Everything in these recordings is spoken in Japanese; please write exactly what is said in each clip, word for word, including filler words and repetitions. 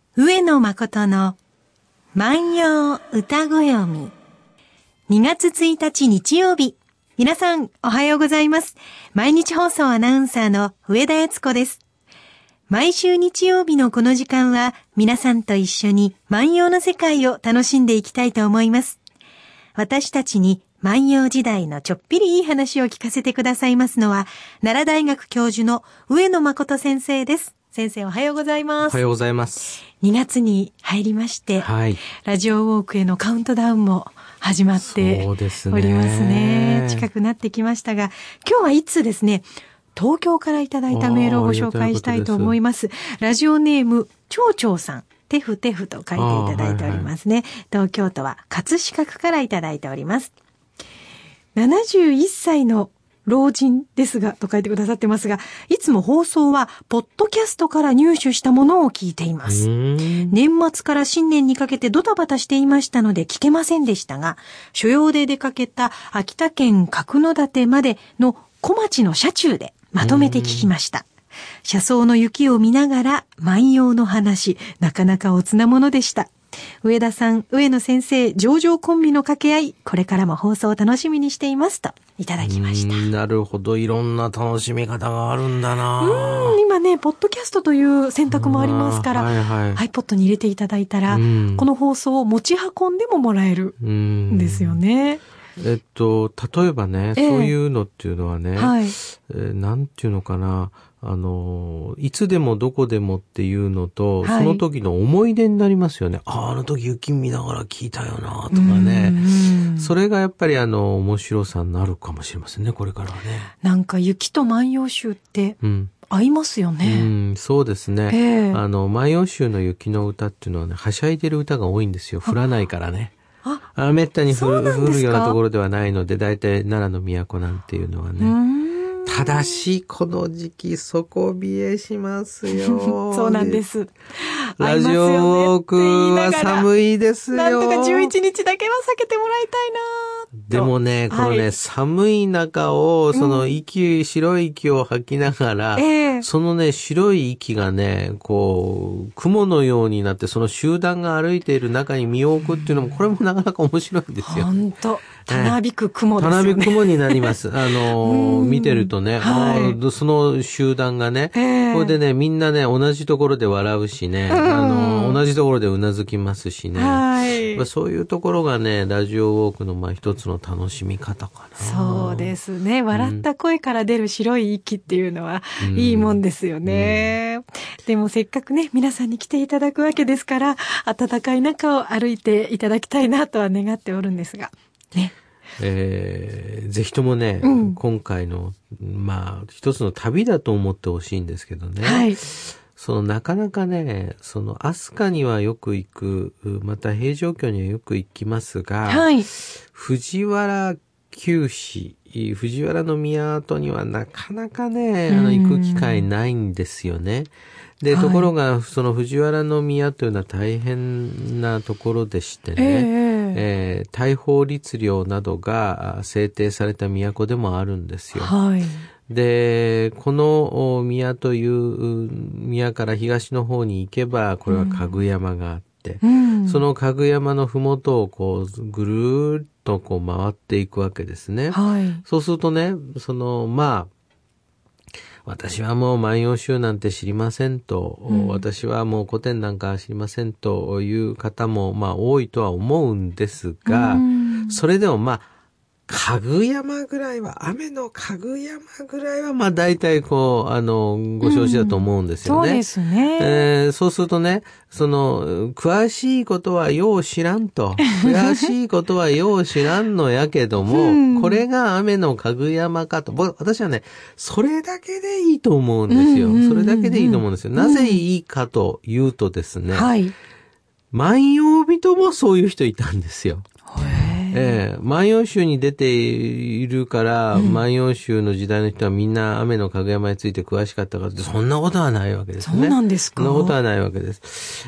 上野誠の万葉歌ご読み。にがつついたち日曜日。皆さんおはようございます。毎日放送アナウンサーの上田悦子です。毎週日曜日のこの時間は皆さんと一緒に万葉の世界を楽しんでいきたいと思います。私たちに万葉時代のちょっぴりいい話を聞かせてくださいますのは奈良大学教授の上野誠先生です。先生おはようございます。 おはようございます。 にがつに入りまして、はい、ラジオウォークへのカウントダウンも始まっておりますね。近くなってきましたが、今日はいつですね、東京からいただいたメールをご紹介したいと思います。ラジオネームちょうちょうさん、テフテフと書いていただいておりますね。はいはい、東京都は葛飾区からいただいております。ななじゅういっさいの老人ですがと書いてくださってますが、いつも放送はポッドキャストから入手したものを聞いています。年末から新年にかけてドタバタしていましたので聞けませんでしたが、所用で出かけた秋田県角館までの小町の車中でまとめて聞きました。車窓の雪を見ながら万葉の話、なかなかおつなものでした。上田さん、上野先生、上々コンビの掛け合い、これからも放送を楽しみにしていますといただきました。 なるほど、いろんな楽しみ方があるんだな。 うん、今ね、ポッドキャストという選択もありますから、はいはい、iPod に入れていただいたら、この放送を持ち運んでももらえるんですよね。 えっと、例えばね、えー、そういうのっていうのはね、はい、えー、なんていうのかな、あの、いつでもどこでもっていうのと、はい、その時の思い出になりますよね。ああ、あの時雪見ながら聞いたよな、とかね。それがやっぱりあの、面白さになるかもしれませんね、これからはね。 なんか雪と万葉集って、うん合いますよね。 うん、そうですね。えー、あの、万葉集の雪の歌っていうのはね、はしゃいでる歌が多いんですよ。降らないからね。ああめったに降る、降るようなところではないので、だいたい奈良の都なんていうのはね。ただし、この時期、底冷えしますよ。 そうなんです。 ラジオウォークは寒いですよ。 なんとかじゅういちにちだけは避けてもらいたいな。 でもね、このね、はい、寒い中を、その息、うん、白い息を吐きながら、えー、そのね、白い息がね、こう、雲のようになって、その集団が歩いている中に身を置くっていうのも、これもなかなか面白いんですよ。 本当。たなびく雲ですよね。 たなびく雲になります。あの、見てるとね、はい、その集団がね、えー、これでね、みんなね、同じところで笑うしね、あの、同じところでうなずきますしね、はい、そういうところがね、ラジオウォークのまあ一つの楽しみ方かな。 そうですね。笑った声から出る白い息っていうのは、うん、いいもんですよね、うん。でもせっかくね、皆さんに来ていただくわけですから、暖かい中を歩いていただきたいなとは願っておるんですが。ね。 えー、ぜひともね、うん、今回の、まあ、一つの旅だと思ってほしいんですけどね。はい。その、なかなかね、その、飛鳥にはよく行く、また平城京にはよく行きますが、はい。藤原旧市、藤原宮跡にはなかなかね、あの、行く機会ないんですよね。で、ところが、その藤原宮というのは大変なところでしてね、えーえー、大宝律令などが制定された都でもあるんですよ。はい。で、この宮という宮から東の方に行けば、これはかぐ山があって、うん、そのかぐ山のふもとをこう、ぐるーっとこう回っていくわけですね。はい。そうするとね、その、まあ、私はもう万葉集なんて知りませんと、うん、私はもう古典なんか知りませんという方もまあ多いとは思うんですが、うん、それでもまあ、かぐ山ぐらいは、雨のかぐ山ぐらいはまあ大体こう、あの、ご承知だと思うんですよね。うん、そうですね。えー、そうするとね、その、詳しいことはよう知らんと。詳しいことはよう知らんのやけども、うん、これが雨のかぐ山かと。私はね、それだけでいいと思うんですよ。うんうんうんうん、それだけでいいと思うんですよ。なぜいいかというとですね、はい。万葉人もそういう人いたんですよ。ええ、万葉集に出ているから、うん、万葉集の時代の人はみんな雨のかぐ山について詳しかったかって、そんなことはないわけですね。 そうなんですか。 そんなことはないわけです。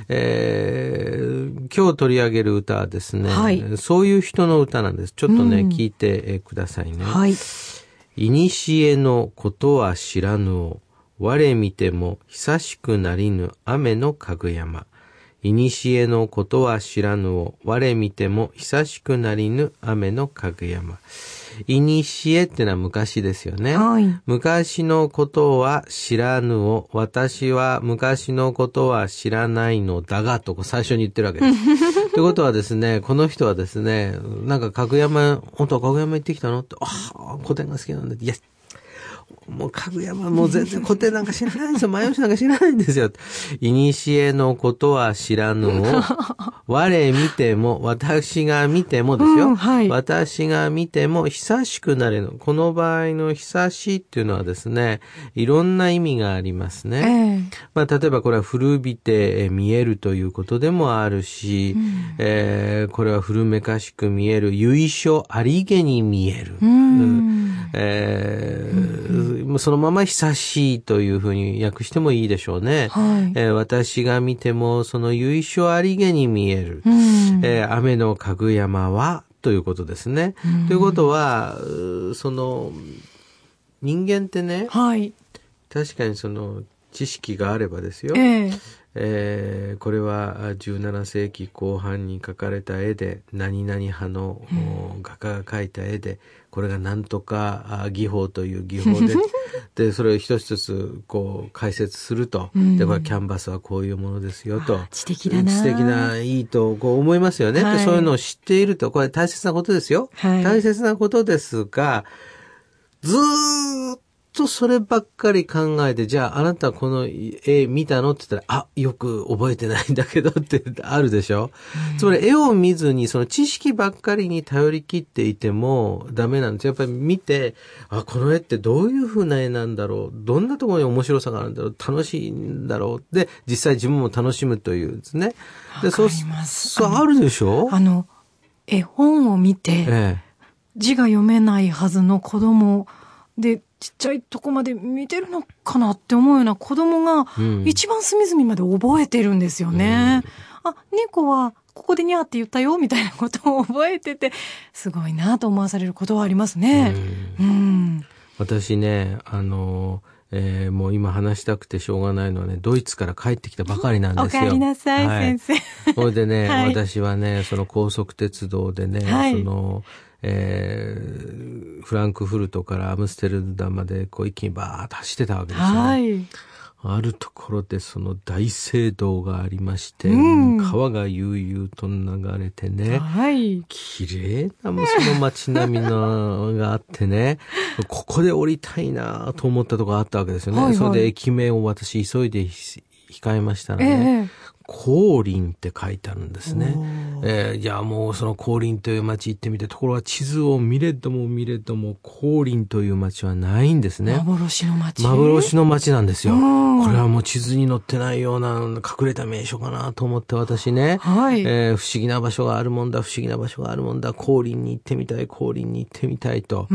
えー、今日取り上げる歌はですね、はい、そういう人の歌なんです。ちょっとね、うん、聞いてくださいね。はい。いにしえのことは知らぬを、我見ても久しくなりぬ雨のかぐ山。 いにしえのことは知らぬを、我見ても久しくなりぬ雨のかぐやま。いにしえってのは昔ですよね。はい、昔のことは知らぬを、私は昔のことは知らないのだが、と最初に言ってるわけです。ということはですね、この人はですね、なんかかぐやま、本当はかぐやま行ってきたのって、ああ、古典が好きなんだ。いや、もうかぐやまもう全然古典なんか知らないんですよ。前吉なんか知らないんですよ。いにしえのことは知らぬを、我見ても、私が見てもですよ。うんはい、私が見ても久しくなれぬ。この場合の久しっていうのはですね、いろんな意味がありますね。えー、まあ例えばこれは古びて見えるということでもあるし、うんえー、これは古めかしく見える、由緒ありげに見える。うんえーうん、そのまま久しいというふうに訳してもいいでしょうね。はいえー、私が見てもその由緒ありげに見える。うんえー、雨のかぐやまはということですね。うん、ということは、その人間ってね、はい、確かにその知識があればですよ。えーえー、これはじゅうななせいきこう半に描かれた絵で何々派の、うん、画家が描いた絵でこれが何とか技法という技法ででそれを一つ一つこう解説すると、うん、でこれキャンバスはこういうものですよと知的だな知的ないいとこう思いますよね、はい、でそういうのを知っているとこれ大切なことですよ、はい、大切なことですがずーっととそればっかり考えて、じゃああなたこの絵見たのって言ったら、あ、よく覚えてないんだけどってあるでしょ、うん、つまり絵を見ずにその知識ばっかりに頼り切っていてもダメなんですよ。やっぱり見て、あ、この絵ってどういう風な絵なんだろう、どんなところに面白さがあるんだろう、楽しいんだろう。で、実際自分も楽しむというですね。で、そう、そうあるでしょあの、絵本を見て、ええ、字が読めないはずの子供で、ちっちゃいとこまで見てるのかなって思うような子供が一番隅々まで覚えてるんですよね。うん、あ、猫はここでニャーって言ったよみたいなことを覚えててすごいなと思わされることはありますね。うん、うん、 私ね、あの、えー、もう今話したくてしょうがないのはね、ドイツから帰ってきたばかりなんですよ。 お帰りなさい、はい、先生。 それでね、はい、私はね、その高速鉄道でね、はい、そのえー、フランクフルトからアムステルダムまでこう一気にバーッと走ってたわけですよね。はい、あるところでその大聖堂がありまして、うん、川が悠々と流れてね、はい、綺麗なもうその街並みのがあってね、ここで降りたいなと思ったところがあったわけですよね。はいはい、それで駅名を私急いで控えましたらね、えー降臨って書いてあるんですね。えー、じゃあもうその降臨という町行ってみて、ところが地図を見れども見れども降臨という町はないんですね。 幻の町。 幻の町なんですよ。これはもう地図に載ってないような隠れた名所かなと思って私ね、はいえー、不思議な場所があるもんだ、不思議な場所があるもんだ、降臨に行ってみたい、降臨に行ってみたいと。うん、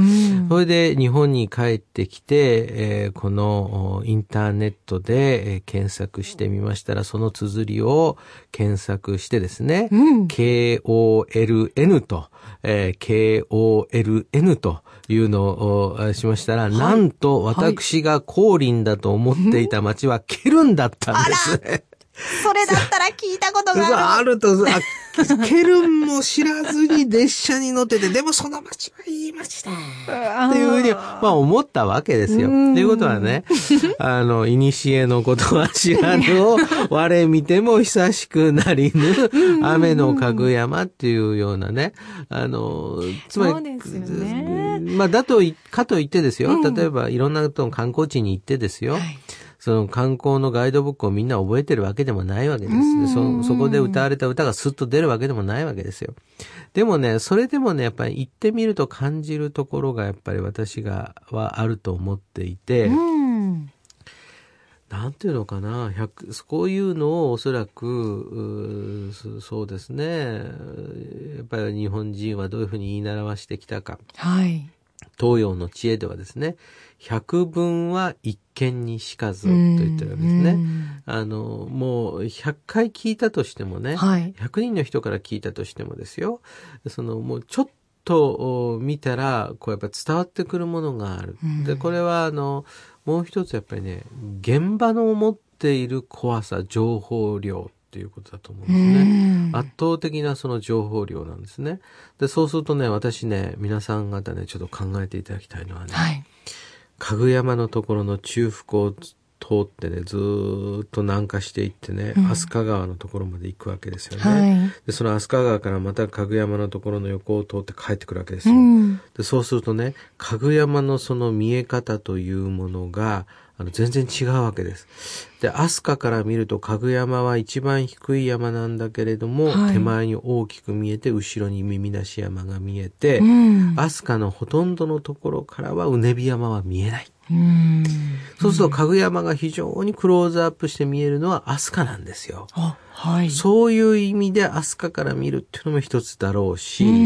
それで日本に帰ってきて、えー、このインターネットで、えー、検索してみましたら、その綴りをを検索してですね、うん、ケーオーエルエヌ と、えー、ケーオーエルエヌ というのをしましたら、はい、なんと私が降臨だと思っていた町はケルンだったんですね。 それだったら聞いたことがある。 あると、あケルンも知らずに列車に乗ってて、でもその街はいい街だっていうふうに、まあ思ったわけですよ。ということはね、あの、いにしえのことは知らぬを、我見ても久しくなりぬ、雨のかぐやまっていうようなね、あの、つまり、 そうですよね。 まあだと、かと言ってですよ、例えばいろんな観光地に行ってですよ、はいその観光のガイドブックをみんな覚えてるわけでもないわけですね。そ、そこで歌われた歌がスッと出るわけでもないわけですよ。でもね、それでもね、やっぱり行ってみると感じるところがやっぱり私がはあると思っていて、うんなんていうのかな、こういうのをおそらく、うそうですね、やっぱり日本人はどういうふうに言い習わしてきたか。はい。東洋の知恵ではですね、百聞は一見にしかずと言ってるわけですね。あの、もうひゃっかい聞いたとしてもね、はい、ひゃくにんの人から聞いたとしてもですよ、そのもうちょっと見たら、こうやっぱ伝わってくるものがある。で、これはあの、もう一つやっぱりね、現場の持っている怖さ、情報量っていうことだと思うんですね。圧倒的なその情報量なんですね。で、そうするとね、私ね、皆さん方ね、ちょっと考えていただきたいのはね、はい、かぐやまのところの中腹を通ってね、ずーっと南下していってね、うん、飛鳥川のところまで行くわけですよね。はい、で、その飛鳥川からまたかぐやまのところの横を通って帰ってくるわけですよ。うん、で、そうするとね、かぐやまのその見え方というものが、あの、全然違うわけです。で、飛鳥から見ると、かぐやまは一番低い山なんだけれども、はい、手前に大きく見えて、後ろに耳なし山が見えて、うん、飛鳥のほとんどのところからは、うねび山は見えない。うん、そうすると、かぐやまが非常にクローズアップして見えるのは飛鳥なんですよ。あ、はい、そういう意味で飛鳥から見るっていうのも一つだろうし、うん、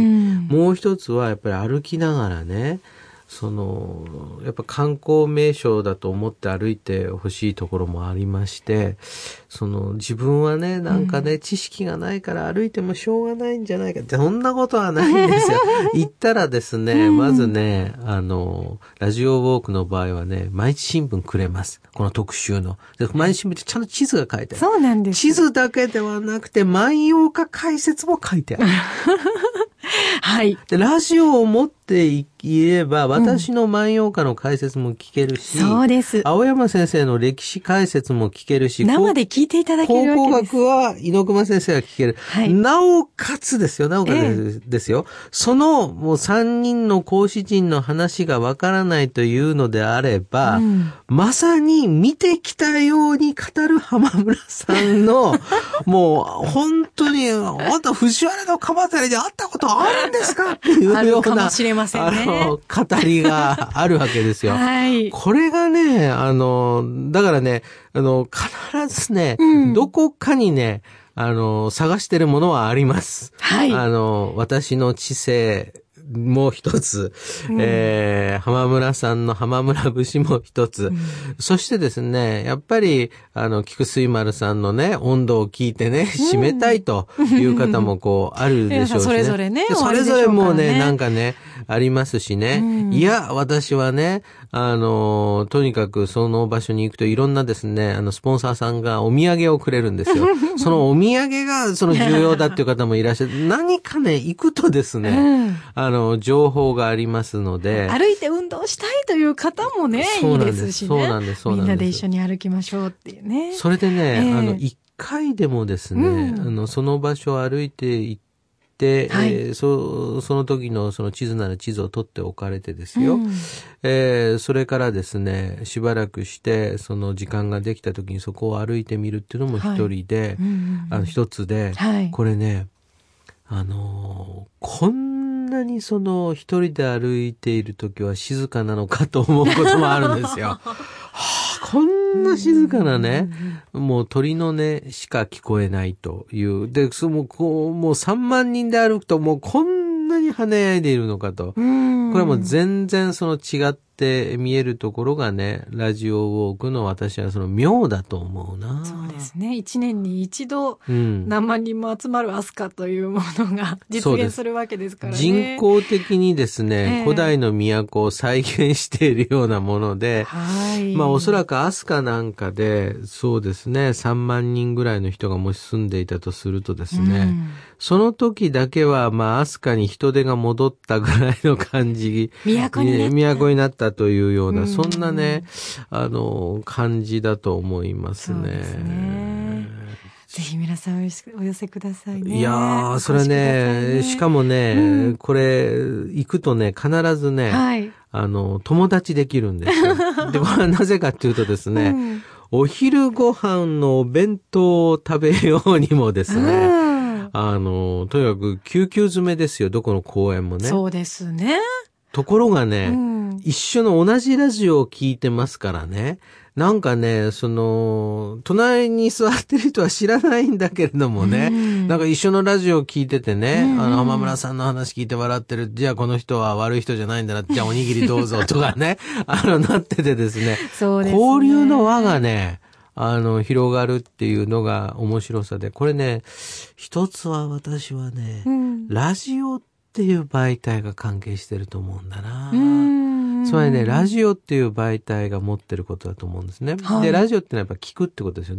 もう一つはやっぱり歩きながらね、その、やっぱ観光名所だと思って歩いてほしいところもありまして、その自分はね、なんかね、うん、知識がないから歩いてもしょうがないんじゃないかって、そんなことはないんですよ。行ったらですね、うん、まずね、あの、ラジオウォークの場合はね、毎日新聞くれます。この特集の。で、毎日新聞ってちゃんと地図が書いてある。 そうなんです。 地図だけではなくて、万葉化解説も書いてある。 はい。 で、ラジオを持っていれば、私の万葉歌の解説も聞けるし、 うん、そうです。 青山先生の歴史解説も聞けるし、 生で聞いていただけるわけです。 考古学は猪熊先生が聞ける。はい、なおかつですよ、なおかつです、ですよ。その、もう三人の講師陣の話がわからないというのであれば、うん、まさに見てきたように語る浜村さんの、もう本当に、あんた藤原の鎌足りで会ったことあるんですかっていうような、あるかもしれませんね。あの、語りがあるわけですよ。はい。これがね、あの、だからね、あの、必ずね、うん、どこかにね、あの、探してるものはあります。はい。あの、私の知性もう一つ、うん、えー、浜村さんの浜村節も一つ、うん、そしてですね、やっぱり、あの、菊水丸さんのね、温度を聞いてね、締めたいという方もこう、あるでしょうしね。それぞれね。それぞれもうね、なんかね、ありますしね。うん、いや、私はね、あの、とにかくその場所に行くといろんなですね、あの、スポンサーさんがお土産をくれるんですよ。そのお土産がその重要だっていう方もいらっしゃる。何かね、行くとですね、うん、あの、情報がありますので。 歩いて運動したいという方もね、いいですしね。そうなんです、そうなんです。みんなで一緒に歩きましょうっていうね。 それでね、えー、あの、一回でもですね、うん、あの、その場所を歩いて行って、で、はい、えー、そ、その時のその地図なら地図を取っておかれてですよ。うん、えー、それからですね、しばらくして、その時間ができた時にそこを歩いてみるっていうのも一人で、はい、うん、あの一つで、はい、これね、あのー、こんなにその一人で歩いている時は静かなのかと思うこともあるんですよ。はあ、こんな静かなね、もう鳥の音しか聞こえないという。で、そのこう、もうさんまん人で歩くともうこんなに跳ね合いでいるのかと。これはもう全然その違って見えるところがね、ラジオウォークの私はその妙だと思うな。 そうですね。一年に一度何万人も集まる飛鳥というものが実現するわけですからね。 人工的にですね、えー、古代の都を再現しているようなもので、はい、まあおそらく飛鳥なんかで、そうですね、さんまん人ぐらいの人がもし住んでいたとするとですね、うん、その時だけは、まあ、飛鳥に人手が戻ったぐらいの感じ、 都になった。 都になったというような、うん、そんなね、あの、感じだと思いますね。そうですね。 ぜひ皆さんお寄せくださいね。 いやー、それね、ねしかもね、うん、これ、行くとね、必ずね、はい、あの、友達できるんですよ。で、これはなぜかっていうとですね、うん、お昼ご飯のお弁当を食べようにもですね、うんあの、とにかく救急詰めですよ、どこの公園もね。 そうですね。 ところがね、うん、一緒の同じラジオを聞いてますからね、なんかね、その、隣に座ってる人は知らないんだけれどもね、うん、なんか一緒のラジオを聞いててね、うん、あの、浜村さんの話聞いて笑ってる、じゃあこの人は悪い人じゃないんだな、じゃあおにぎりどうぞとかね、あの、なっててですね、そうですね、交流の輪がね、あの、広がるっていうのが面白さで、これね、一つは私はね、うん、ラジオっていう媒体が関係してると思うんだな。つまりね、ラジオっていう媒体が持ってることだと思うんですね。はい、で、ラジオってのはやっぱ聞くってことですよね。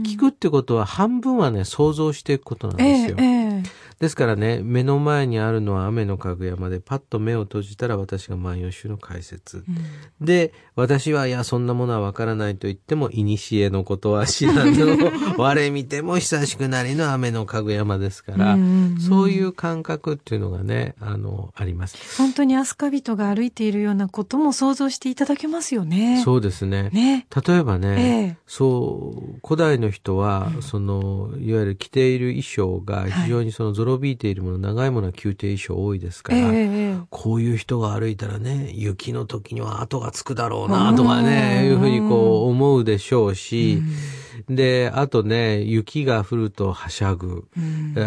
聞くってことは半分はね、想像していくことなんですよ。えーえー、ですからね、目の前にあるのは雨のかぐやまで、パッと目を閉じたら私が万葉集の解説。うん、で、私は、いや、そんなものはわからないと言っても、いにしえのことは知らぬ。我見ても久しくなりの雨のかぐやまですから、うんうんうん、そういう感覚っていうのがね、あの、あります。 本当に飛鳥人が歩いているようなことも想像していただけますよね。 そうですね。ね、例えばね、えー、そう、古代の人は、うん、その、いわゆる着ている衣装が非常にそのゾロビーているもの、長いものは宮廷衣装多いですから、えー、こういう人が歩いたらね、雪の時には跡がつくだろうなとかね、いうふうにこう思うでしょうし、うん、で、あとね、雪が降るとはしゃぐ、うん、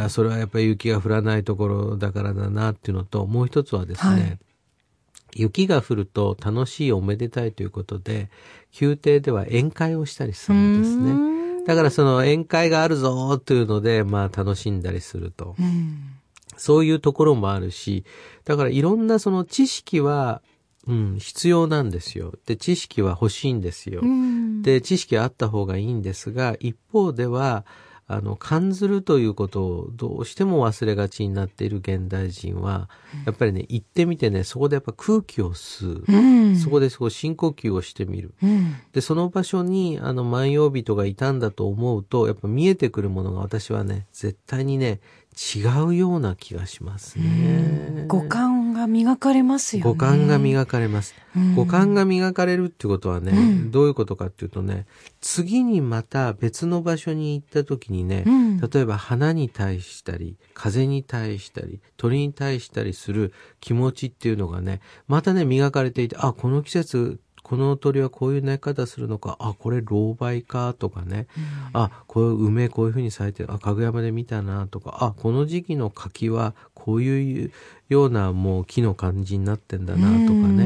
それはやっぱり雪が降らないところだからだなっていうのと、もう一つはですね、はい、雪が降ると楽しいおめでたいということで、宮廷では宴会をしたりするんですね。だからその宴会があるぞというので、まあ楽しんだりすると。うん、そういうところもあるし、だからいろんなその知識は、うん、必要なんですよ。で、知識は欲しいんですよ。うん、で、知識はあった方がいいんですが、一方では、あの、感ずるということをどうしても忘れがちになっている現代人は、やっぱりね、行ってみてね、そこでやっぱ空気を吸う。うん、そこでそこ深呼吸をしてみる。うん、で、その場所に、あの、万葉人がいたんだと思うと、やっぱ見えてくるものが私はね、絶対にね、違うような気がしますね。 五感が磨かれますよね。 五感が磨かれます。五感が磨かれるってことはね、うん、どういうことかっていうとね、次にまた別の場所に行った時にね、うん、例えば花に対したり、風に対したり、鳥に対したりする気持ちっていうのがね、またね、磨かれていて、あ、この季節、この鳥はこういう鳴き方するのか、あ、これ老梅かとかね、うん、あ、こういう梅こういう風に咲いてる、あ、かぐやまで見たなとか、あ、この時期の柿はこういうようなもう木の感じになってんだなとかね、うんうん、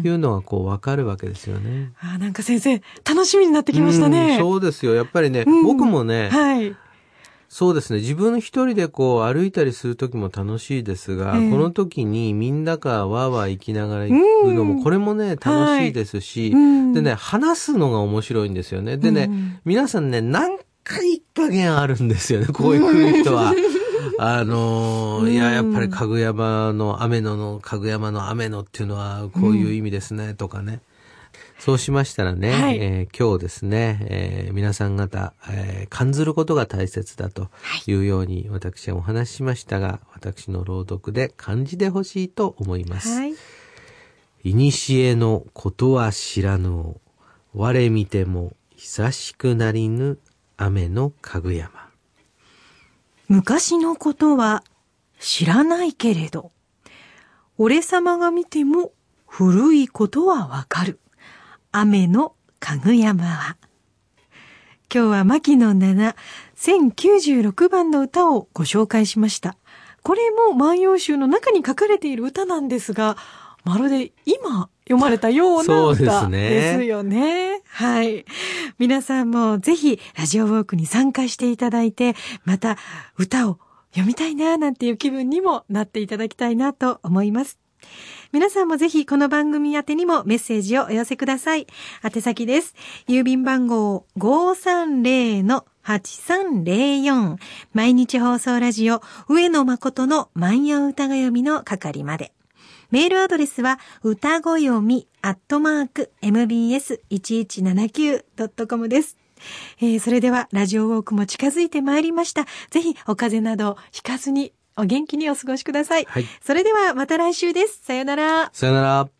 いうのがこう分かるわけですよね。 あ、なんか先生、楽しみになってきましたね。 うん、そうですよ。やっぱりね、うん、僕もね、はい。そうですね。自分一人でこう歩いたりする時も楽しいですが、えー、この時にみんながわーわー行きながら行くのも、これもね、楽しいですし、はい、でね、話すのが面白いんですよね。でね、うん、皆さんね、何回加減あるんですよね、こういう来る人は。あのー、いや、やっぱりかぐやまの雨のの、かぐやまの雨のっていうのはこういう意味ですね、とかね。そうしましたらね、はい、えー、今日ですね、えー、皆さん方、えー、感ずることが大切だというように私はお話ししましたが、私の朗読で感じてほしいと思います。はい。いにしえのことは知らぬを、我見ても久しくなりぬ雨のかぐやま。 昔のことは知らないけれど、俺様が見ても古いことはわかる。雨のかぐやまは。今日は牧野七せんきゅうじゅうろくばんの歌をご紹介しました。これも万葉集の中に書かれている歌なんですが、まるで今読まれたような歌ですよね。はい。皆さんもぜひラジオウォークに参加していただいて、また歌を読みたいななんていう気分にもなっていただきたいなと思います。皆さんもぜひこの番組宛てにもメッセージをお寄せください。宛先です。郵便番号 ごーさんぜろのはちさんぜろよん 毎日放送ラジオ上野誠の万葉歌が読みの係まで。メールアドレスは歌ごよみアットマーク エムビーエスいちいちななきゅうドットコム です。えー、それではラジオウォークも近づいてまいりました。ぜひお風邪などひかずにお元気にお過ごしください。はい、それではまた来週です。さよなら。 さよなら。